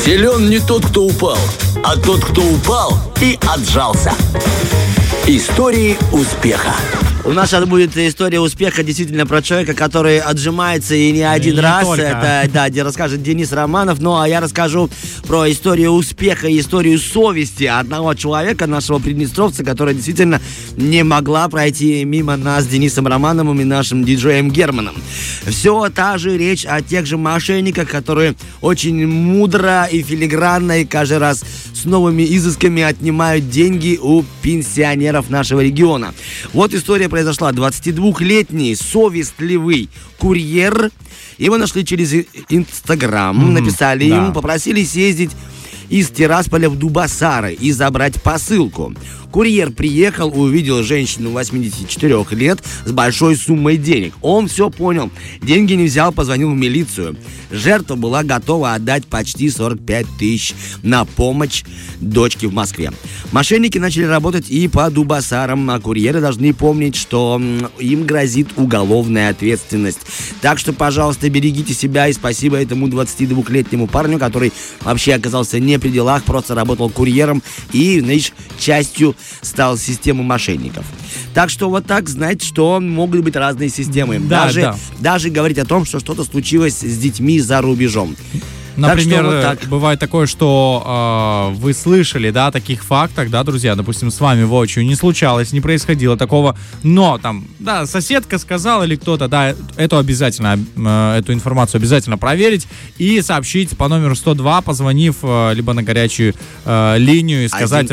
Силен не тот, кто упал, а тот, кто упал и отжался. Истории успеха. У нас сейчас будет история успеха действительно про человека, который отжимается и не один раз. только. Это, да, где расскажет Денис Романов. Ну, а я расскажу про историю успеха и историю совести одного человека, нашего приднестровца, которая действительно не могла пройти мимо нас с Денисом Романовым и нашим диджеем Германом. Все та же речь о тех же мошенниках, которые очень мудро и филигранно и каждый раз с новыми изысками отнимают деньги у пенсионеров нашего региона. Вот история произошла. 22-летний совестливый курьер. Его нашли через Инстаграм. Написали ему, попросили съездить из Тирасполя в Дубасары и забрать посылку. Курьер приехал, увидел женщину 84 лет с большой суммой денег. Он все понял. Деньги не взял, позвонил в милицию. Жертва была готова отдать почти 45 тысяч на помощь дочке в Москве. Мошенники начали работать и по Дубасарам, а курьеры должны помнить, что им грозит уголовная ответственность. Так что, пожалуйста, берегите себя, и спасибо этому 22-летнему парню, который вообще оказался не при делах, просто работал курьером и, знаешь, частью стал системой мошенников. Так что вот так, знаете, что могут быть разные системы. Даже говорить о том, что что-то случилось с детьми за рубежом. Например, так что бывает такое, что вы слышали, да, о таких фактах, да, друзья, допустим, с вами воочию не случалось, не происходило такого, но там, да, соседка сказала или кто-то, да, эту информацию обязательно проверить и сообщить по номеру 102, позвонив либо на горячую линию и сказать...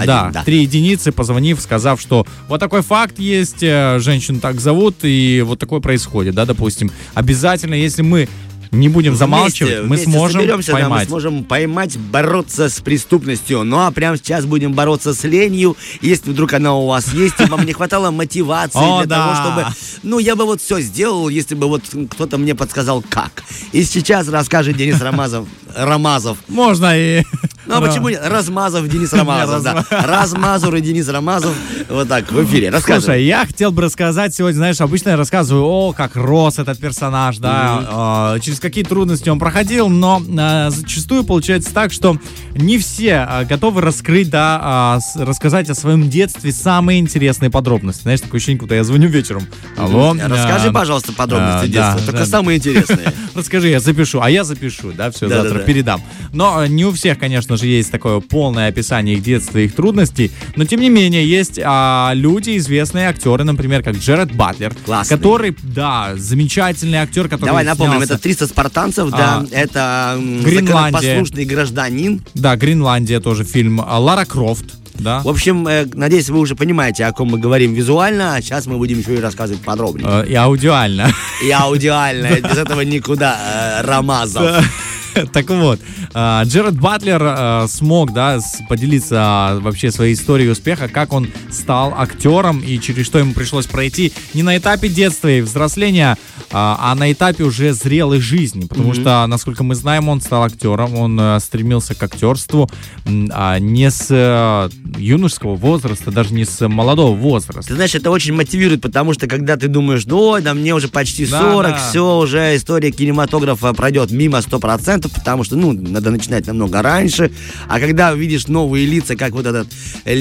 3 единицы, позвонив, сказав, что вот такой факт есть, женщину так зовут, и вот такое происходит, да, допустим. Обязательно, если мы не будем замалчивать, мы сможем поймать. Да, мы сможем поймать, бороться с преступностью. Ну, а прямо сейчас будем бороться с ленью. Если вдруг она у вас есть, и вам не хватало мотивации для того, чтобы... Ну, я бы вот все сделал, если бы вот кто-то мне подсказал, как. И сейчас расскажет Денис Рамазов. Можно и... Ну, а почему нет? Размазов Денис Рамазов, да. Размазур и Денис Рамазов. Вот так, в эфире. Рассказывай. Слушай, я хотел бы рассказать сегодня, знаешь, обычно я рассказываю, как рос этот персонаж, да, через какие трудности он проходил, но зачастую получается так, что не все готовы раскрыть, да, рассказать о своем детстве самые интересные подробности. Знаешь, такое ощущение, будто я звоню вечером. Алло. Расскажи, пожалуйста, подробности детства, только самые интересные. Расскажи, я запишу, да, все, завтра передам. Но не у всех, конечно же, есть такое полное описание их детства и их трудностей, но тем не менее есть люди, известные актеры, например, как Джеред Батлер, который, да, замечательный актер, который Давай напомним, это 300 спартанцев, да, это законопослушный гражданин. Да, Гренландия тоже фильм, Лара Крофт. Да. В общем, надеюсь, вы уже понимаете, о ком мы говорим визуально, а сейчас мы будем еще и рассказывать подробнее. И аудиально. И аудиально, без этого никуда, Рамазов. Так вот, Джеред Батлер смог, да, поделиться вообще своей историей успеха, как он стал актером и через что ему пришлось пройти не на этапе детства и взросления, а на этапе уже зрелой жизни. Потому что, насколько мы знаем, он стал актером, он стремился к актерству не с юношеского возраста, даже не с молодого возраста. Ты знаешь, это очень мотивирует, потому что когда ты думаешь, да мне уже почти 40, все, уже история кинематографа пройдет мимо 100%, потому что, надо начинать намного раньше. А когда увидишь новые лица, как вот этот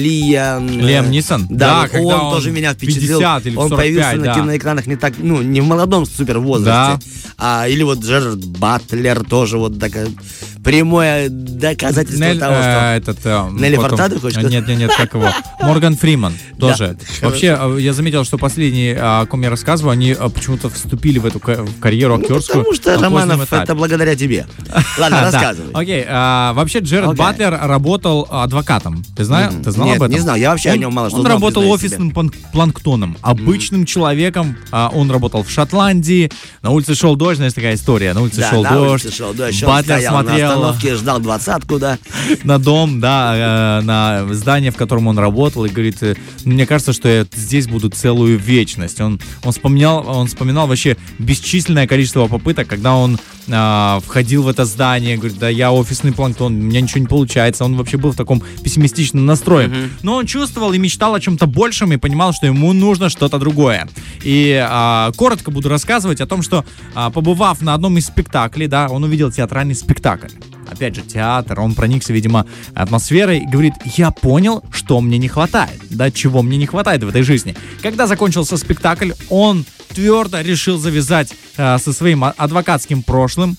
Лиам Нисон. Да, он тоже меня впечатлил. 50 или 45, он появился на киноэкранах не так, не в молодом супер возрасте. Или вот Джеред Батлер тоже вот такая прямое доказательство того, что... Нелли Фортадо, хочешь сказать? Нет, как его? Морган Фриман тоже. Вообще, я заметил, что последние, о ком я рассказываю, они почему-то вступили в эту карьеру актерскую. Потому что, Романов, это благодаря тебе. Ладно, рассказывай. Окей, вообще Джеред Батлер работал адвокатом. Ты знал об этом? Не знал, я вообще о нем мало что знал. Он работал офисным планктоном, обычным человеком. Он работал в Шотландии. На улице шел дождь, знаешь, такая история. На улице шел дождь. Батлер смотрел... остановке, ждал 20-ку, да. На дом, да, на здание, в котором он работал, и говорит, мне кажется, что я здесь буду целую вечность. Он вспоминал вообще бесчисленное количество попыток, когда он входил в это здание, говорит, да, я офисный планктон, у меня ничего не получается. Он вообще был в таком пессимистичном настрое. Но он чувствовал и мечтал о чем-то большем, и понимал, что ему нужно что-то другое. И коротко буду рассказывать о том, что, побывав на одном из спектаклей, да, он увидел театральный спектакль. опять же, театр, он проникся, видимо, атмосферой и говорит, я понял, что мне не хватает, да, чего мне не хватает в этой жизни. Когда закончился спектакль, он твердо решил завязать со своим адвокатским прошлым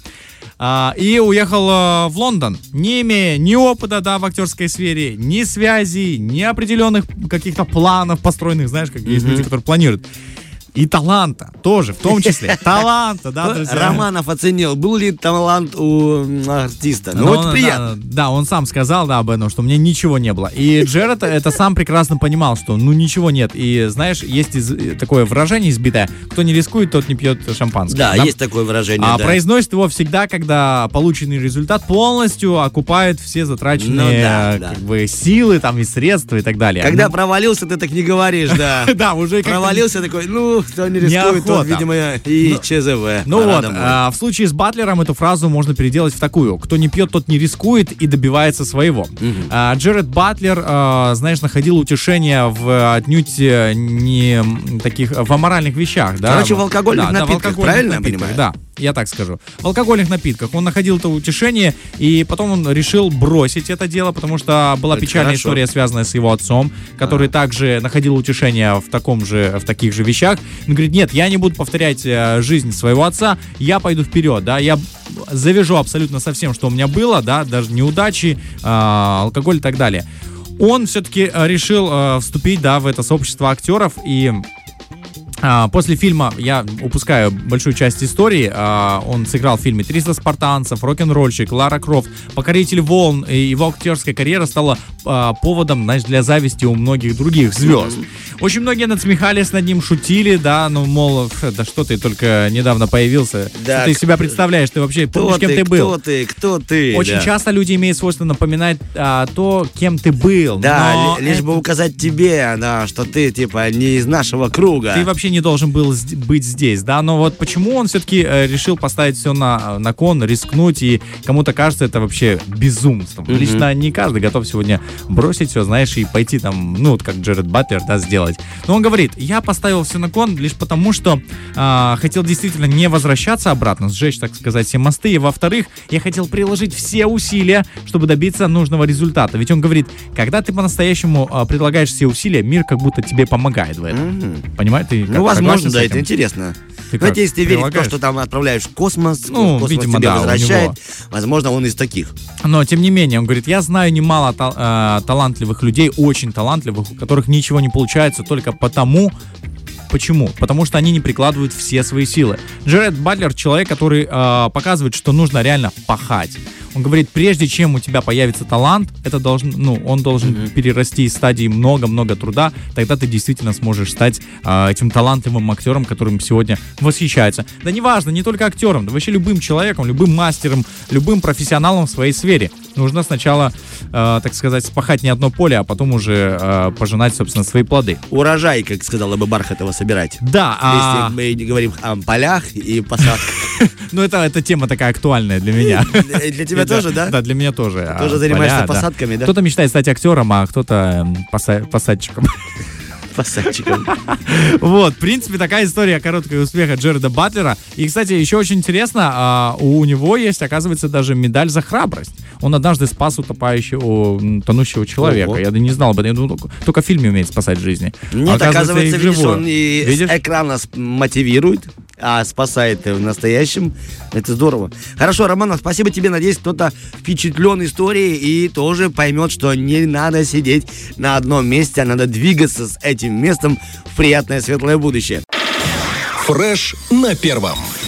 и уехал в Лондон, не имея ни опыта, да, в актерской сфере, ни связей, ни определенных каких-то планов построенных, знаешь, как есть люди, которые планируют. И таланта тоже, в том числе. Таланта, да, друзья. Романов оценил, был ли талант у артиста. Ну, это приятно. Да, он сам сказал, да, об этом, что у меня ничего не было. И Джеред это сам прекрасно понимал, что ну ничего нет. И знаешь, есть такое выражение избитое: кто не рискует, тот не пьет шампанское. Да, есть такое выражение. А произносит его всегда, когда полученный результат полностью окупает все затраченные как бы силы там и средства и так далее. Когда провалился, ты так не говоришь, да. Да, уже провалился такой, ну, кто не рискует, тот, видимо, и ЧЗВ. Ну вот, в случае с Батлером эту фразу можно переделать в такую: кто не пьет, тот не рискует и добивается своего. Джеред Батлер, знаешь, находил утешение в отнюдь не таких, в аморальных вещах. Да? Короче, в алкогольных напитках, правильно я понимаю? Да, я так скажу. В алкогольных напитках он находил это утешение, и потом он решил бросить это дело, потому что была печальная история, связанная с его отцом, который также находил утешение в таких же вещах. Он говорит, нет, я не буду повторять жизнь своего отца, я пойду вперед, да, я завяжу абсолютно со всем, что у меня было, да, даже неудачи, алкоголь и так далее. Он все-таки решил вступить, да, в это сообщество актеров, и после фильма, я упускаю большую часть истории, он сыграл в фильме «300 спартанцев», «Рок-н-ролльщик», «Лара Крофт», «Покоритель волн», и его актерская карьера стала поводом, знаешь, для зависти у многих других звезд. Очень многие надсмехались над ним, шутили, да, ну, мол, да что ты только недавно появился, да, что ты из себя представляешь, ты вообще помнишь, кем ты был. Кто ты? Очень часто люди имеют свойство напоминать то, кем ты был. Да, лишь бы указать тебе, да, что ты, типа, не из нашего круга. Ты вообще не должен был быть здесь, да, но вот почему он все-таки решил поставить все на кон, рискнуть, и кому-то кажется это вообще безумством. Лично не каждый готов сегодня бросить все, знаешь, и пойти там, ну, вот как Джеред Батлер, да, сделать. Но он говорит, я поставил все на кон лишь потому, что хотел действительно не возвращаться обратно, сжечь, так сказать, все мосты, и во-вторых, я хотел приложить все усилия, чтобы добиться нужного результата. Ведь он говорит, когда ты по-настоящему предлагаешь все усилия, мир как будто тебе помогает в этом. Понимаешь? Ты ну, возможно, да, это интересно. Знаете, если ты веришь в то, что там отправляешь в космос, ну, космос видимо, тебе возвращает, возможно, он из таких. Но, тем не менее, он говорит, я знаю немало талантливых людей, очень талантливых, у которых ничего не получается только потому. Почему? Потому что они не прикладывают все свои силы. Джеред Батлер — человек, который показывает, что нужно реально пахать. Он говорит, прежде чем у тебя появится талант, он должен перерасти из стадии много-много труда, тогда ты действительно сможешь стать этим талантливым актером, которым сегодня восхищаются. Да неважно, не только актером, да вообще любым человеком, любым мастером, любым профессионалом в своей сфере. Нужно сначала, так сказать, спахать не одно поле, а потом уже пожинать, собственно, свои плоды. Урожай, как сказала бы Бархатова, собирать. Да. Если мы говорим о полях и посадках. Ну, это тема такая актуальная для меня. Для тебя тоже, да? Да, для меня тоже. Тоже занимаешься посадками, да? Кто-то мечтает стать актером, а кто-то посадчиком. Посадчиком. Вот, в принципе, такая история короткого успеха Джереда Батлера. И, кстати, еще очень интересно, у него есть, оказывается, даже медаль за храбрость. Он однажды спас тонущего человека. Я не знал об этом. Я думал, только в фильме умеет спасать жизни. Нет, оказывается, видишь, он и с экрана мотивирует, а спасает в настоящем. Это здорово. Хорошо, Романов, спасибо тебе. Надеюсь, кто-то впечатлен историей и тоже поймет, что не надо сидеть на одном месте, а надо двигаться с этим местом в приятное светлое будущее. Фреш на первом.